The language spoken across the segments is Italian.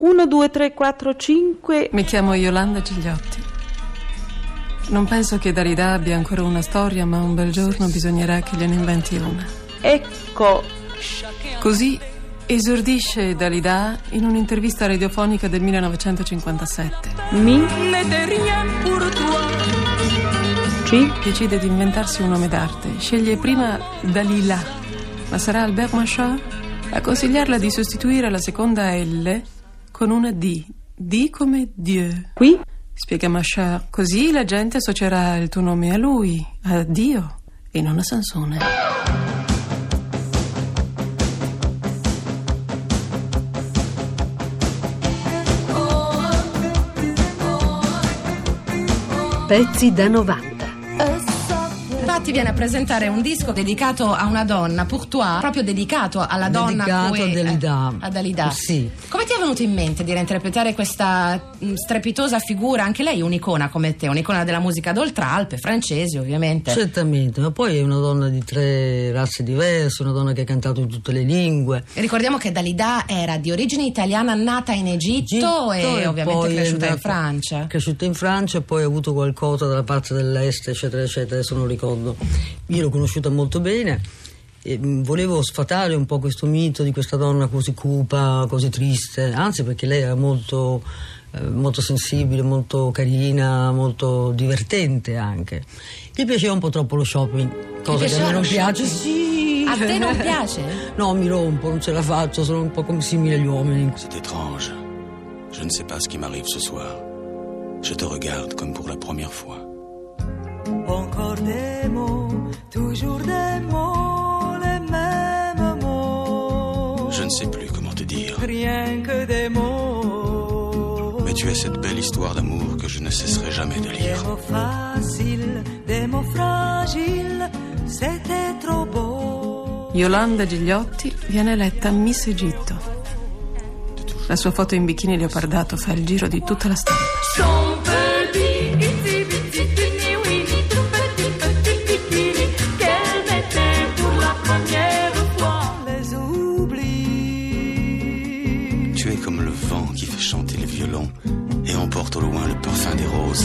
1, 2, 3, 4, 5. Mi chiamo Yolanda Gigliotti. Non penso che Dalida abbia ancora una storia, ma un bel giorno bisognerà che gliene inventi una. Ecco. Così esordisce Dalida in un'intervista radiofonica del 1957. Decide di inventarsi un nome d'arte. Sceglie prima Dalila, ma sarà Albert Machard a consigliarla di sostituire la seconda L con una D. D come Dieu. Qui? Spiega Machard. Così la gente associerà il tuo nome a lui, a Dio, e non a Sansone. Pezzi da 90. Infatti viene a presentare un disco dedicato a una donna, Pour toi, proprio dedicato alla donna, dedicato a Dalida. A Dalida. Sì. Come ti è venuto in mente di reinterpretare questa strepitosa figura? Anche lei è un'icona come te, un'icona della musica d'oltralpe, francese ovviamente. Certamente, ma poi è una donna di 3 razze diverse, una donna che ha cantato in tutte le lingue. E ricordiamo che Dalida era di origine italiana, nata in Egitto e ovviamente cresciuta in Francia. Cresciuta in Francia e poi ha avuto qualcosa dalla parte dell'est, eccetera, eccetera, adesso non ricordo. Io l'ho conosciuta molto bene e volevo sfatare un po' questo mito di questa donna così cupa, così triste, anzi perché lei era molto sensibile, molto carina, molto divertente anche. Gli piaceva un po' troppo lo shopping, cosa che a me non piace. Sì. A te non piace? No, mi rompo, non ce la faccio, sono un po' come simile agli uomini. C'est étrange. Je ne sais pas ce qui m'arrive ce soir. Je te regarde comme pour la première fois. Encore des mots, toujours des mots, les mêmes mots. Je ne sais plus comment te dire. Rien que des mots. Mais tu es cette belle histoire d'amour que je ne cesserai jamais de lire. Des mots faciles, des mots fragiles, c'était trop beau. Yolanda Gigliotti viene eletta Miss Egitto. La sua foto in bikini leopardato fa il giro di tutta la stampa. Tu es comme le vent qui fait chanter les violons et emporte au loin le parfum des roses.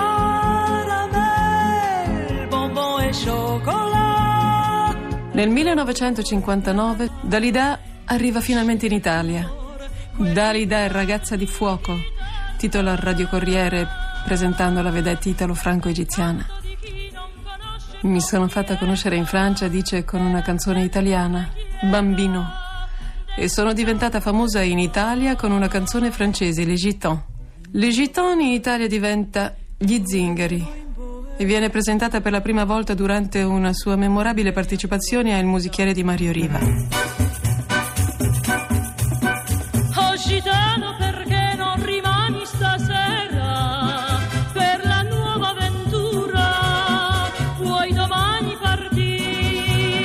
Caramel, bonbon et chocolat. Nel 1959 Dalida arriva finalmente in Italia. Dalida è ragazza di fuoco, titola il Radio Corriere presentando la vedetta italo-franco-egiziana. Mi sono fatta conoscere in Francia, dice, con una canzone italiana, Bambino. E sono diventata famosa in Italia con una canzone francese, Les Gitans. Les Gitans in Italia diventa Gli Zingari e viene presentata per la prima volta durante una sua memorabile partecipazione al Musichiere di Mario Riva. Oh gitano, perché non rimani stasera per la nuova avventura? Vuoi domani partire?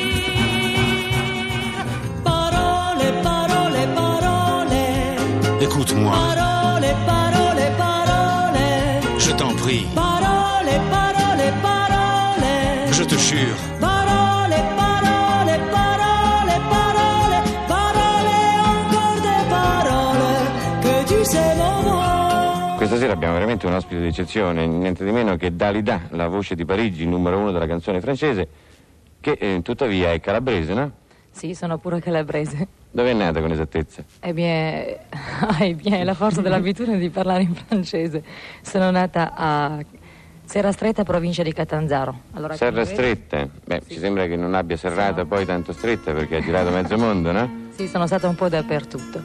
Parole, parole, parole. Écoute-moi, Parole, parole, parole. je t'en prie, Parole, parole, parole. je te jure. Parole, parole, parole, parole. Parole, encore des paroles. Que tu sais l'amour. Questa sera abbiamo veramente un ospite d'eccezione, niente di meno che Dalida, la voce di Parigi, numero 1 della canzone francese, che tuttavia è calabrese, no? Sì, sono pure calabrese. Dove è nata con esattezza? Bien, la forza dell'abitudine di parlare in francese. Sono nata a Serra Stretta, provincia di Catanzaro. Allora, Serra Stretta? Beh, sì. Ci sembra che non abbia serrata poi tanto stretta perché ha girato mezzo mondo, no? Sì, sono stata un po' dappertutto.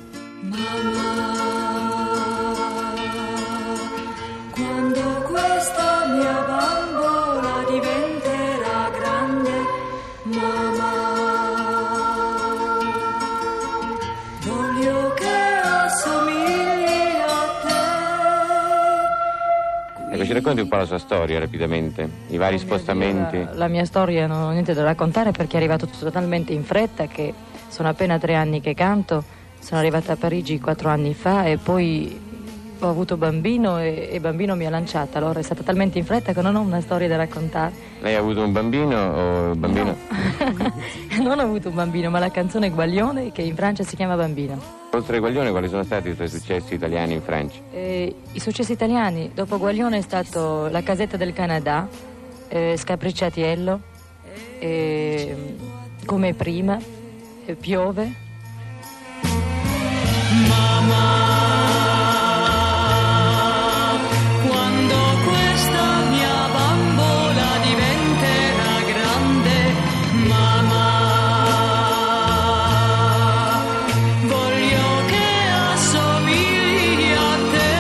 Quando questa mia bambola diventerà grande, mamma, voglio che assomigli a te. Ecco, ci racconti un po' la sua storia rapidamente, i vari spostamenti. La mia storia non ho niente da raccontare perché è arrivato tutto talmente in fretta che sono appena 3 anni che canto. Sono arrivata a Parigi 4 anni fa e poi ho avuto bambino e bambino mi ha lanciata, allora è stata talmente in fretta che non ho una storia da raccontare. Lei ha avuto un bambino o bambino? No. Non ho avuto un bambino, ma la canzone Guaglione, che in Francia si chiama Bambina. Oltre ai Guaglione, quali sono stati i suoi successi italiani in Francia? I successi italiani, dopo Guaglione è stato La casetta del Canada, Scapricciatiello, Come prima, Piove. Mamma, quando questa mia bambola diventerà grande, mamma, voglio che assomigli a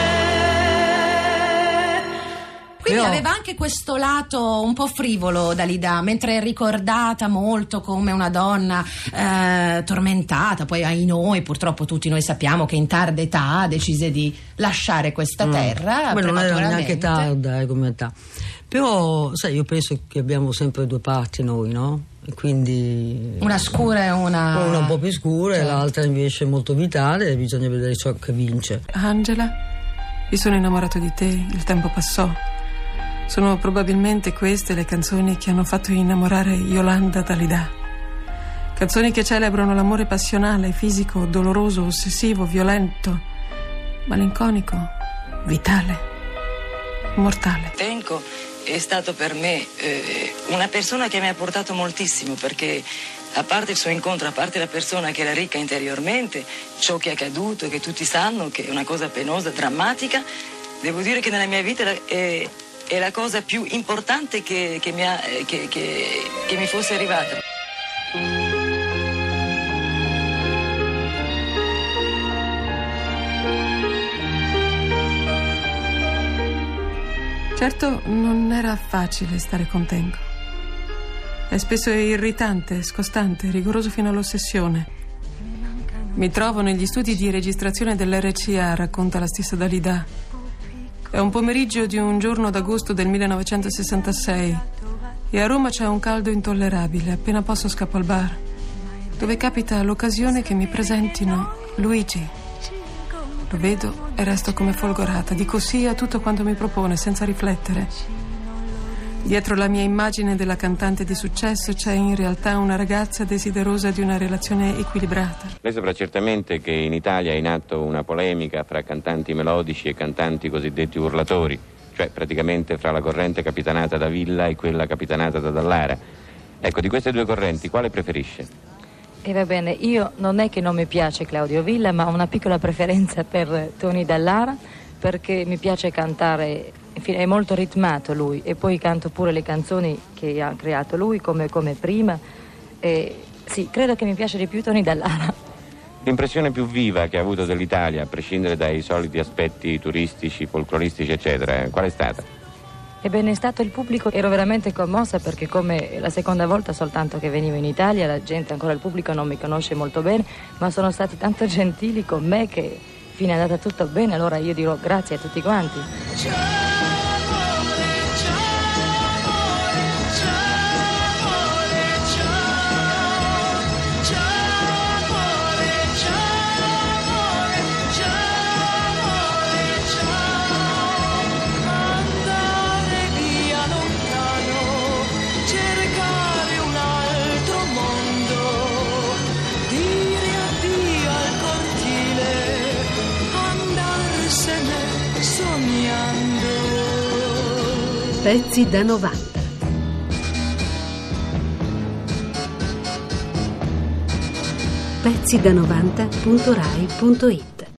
te. Quindi aveva anche questo lato un po' frivolo Dalida, mentre è ricordata molto come una donna tormentata, poi ai noi, purtroppo tutti noi sappiamo che in tarda età decise di lasciare questa terra. Beh, non era neanche tarda come età. Però, sai, io penso che abbiamo sempre due parti noi, no? E quindi una scura e una un po' più scura, certo. E l'altra invece molto vitale, e bisogna vedere ciò che vince. Angela, mi sono innamorato di te, il tempo passò. Sono probabilmente queste le canzoni che hanno fatto innamorare Yolanda Dalida. Canzoni che celebrano l'amore passionale, fisico, doloroso, ossessivo, violento, malinconico, vitale, mortale. Tenco è stato per me una persona che mi ha portato moltissimo, perché a parte il suo incontro, a parte la persona che era ricca interiormente, ciò che è accaduto, che tutti sanno che è una cosa penosa, drammatica, devo dire che nella mia vita è la cosa più importante che mi fosse arrivata. Certo, non era facile stare con Tenco. È spesso irritante, scostante, rigoroso fino all'ossessione. Mi trovo negli studi di registrazione dell'RCA, racconta la stessa Dalida. È un pomeriggio di un giorno d'agosto del 1966 e a Roma c'è un caldo intollerabile. Appena posso scappo al bar, dove capita l'occasione che mi presentino Luigi. Lo vedo e resto come folgorata. Dico sì a tutto quanto mi propone, senza riflettere. Dietro la mia immagine della cantante di successo c'è in realtà una ragazza desiderosa di una relazione equilibrata. Lei saprà certamente che in Italia è in atto una polemica fra cantanti melodici e cantanti cosiddetti urlatori, cioè praticamente fra la corrente capitanata da Villa e quella capitanata da Dallara. Ecco, di queste due correnti, quale preferisce? E va bene, io non è che non mi piace Claudio Villa, ma ho una piccola preferenza per Tony Dallara, perché mi piace cantare, è molto ritmato lui, e poi canto pure le canzoni che ha creato lui, come prima. Sì, credo che mi piace di più Tony Dallara. L'impressione più viva che ha avuto dell'Italia, a prescindere dai soliti aspetti turistici, folcloristici, eccetera, qual è stata? Ebbene, è stato il pubblico, ero veramente commossa, perché come la seconda volta soltanto che venivo in Italia, la gente, ancora il pubblico non mi conosce molto bene, ma sono stati tanto gentili con me che fino è andata tutto bene, allora io dirò grazie a tutti quanti. Pezzi da 90. Pezzi da 90.rai.it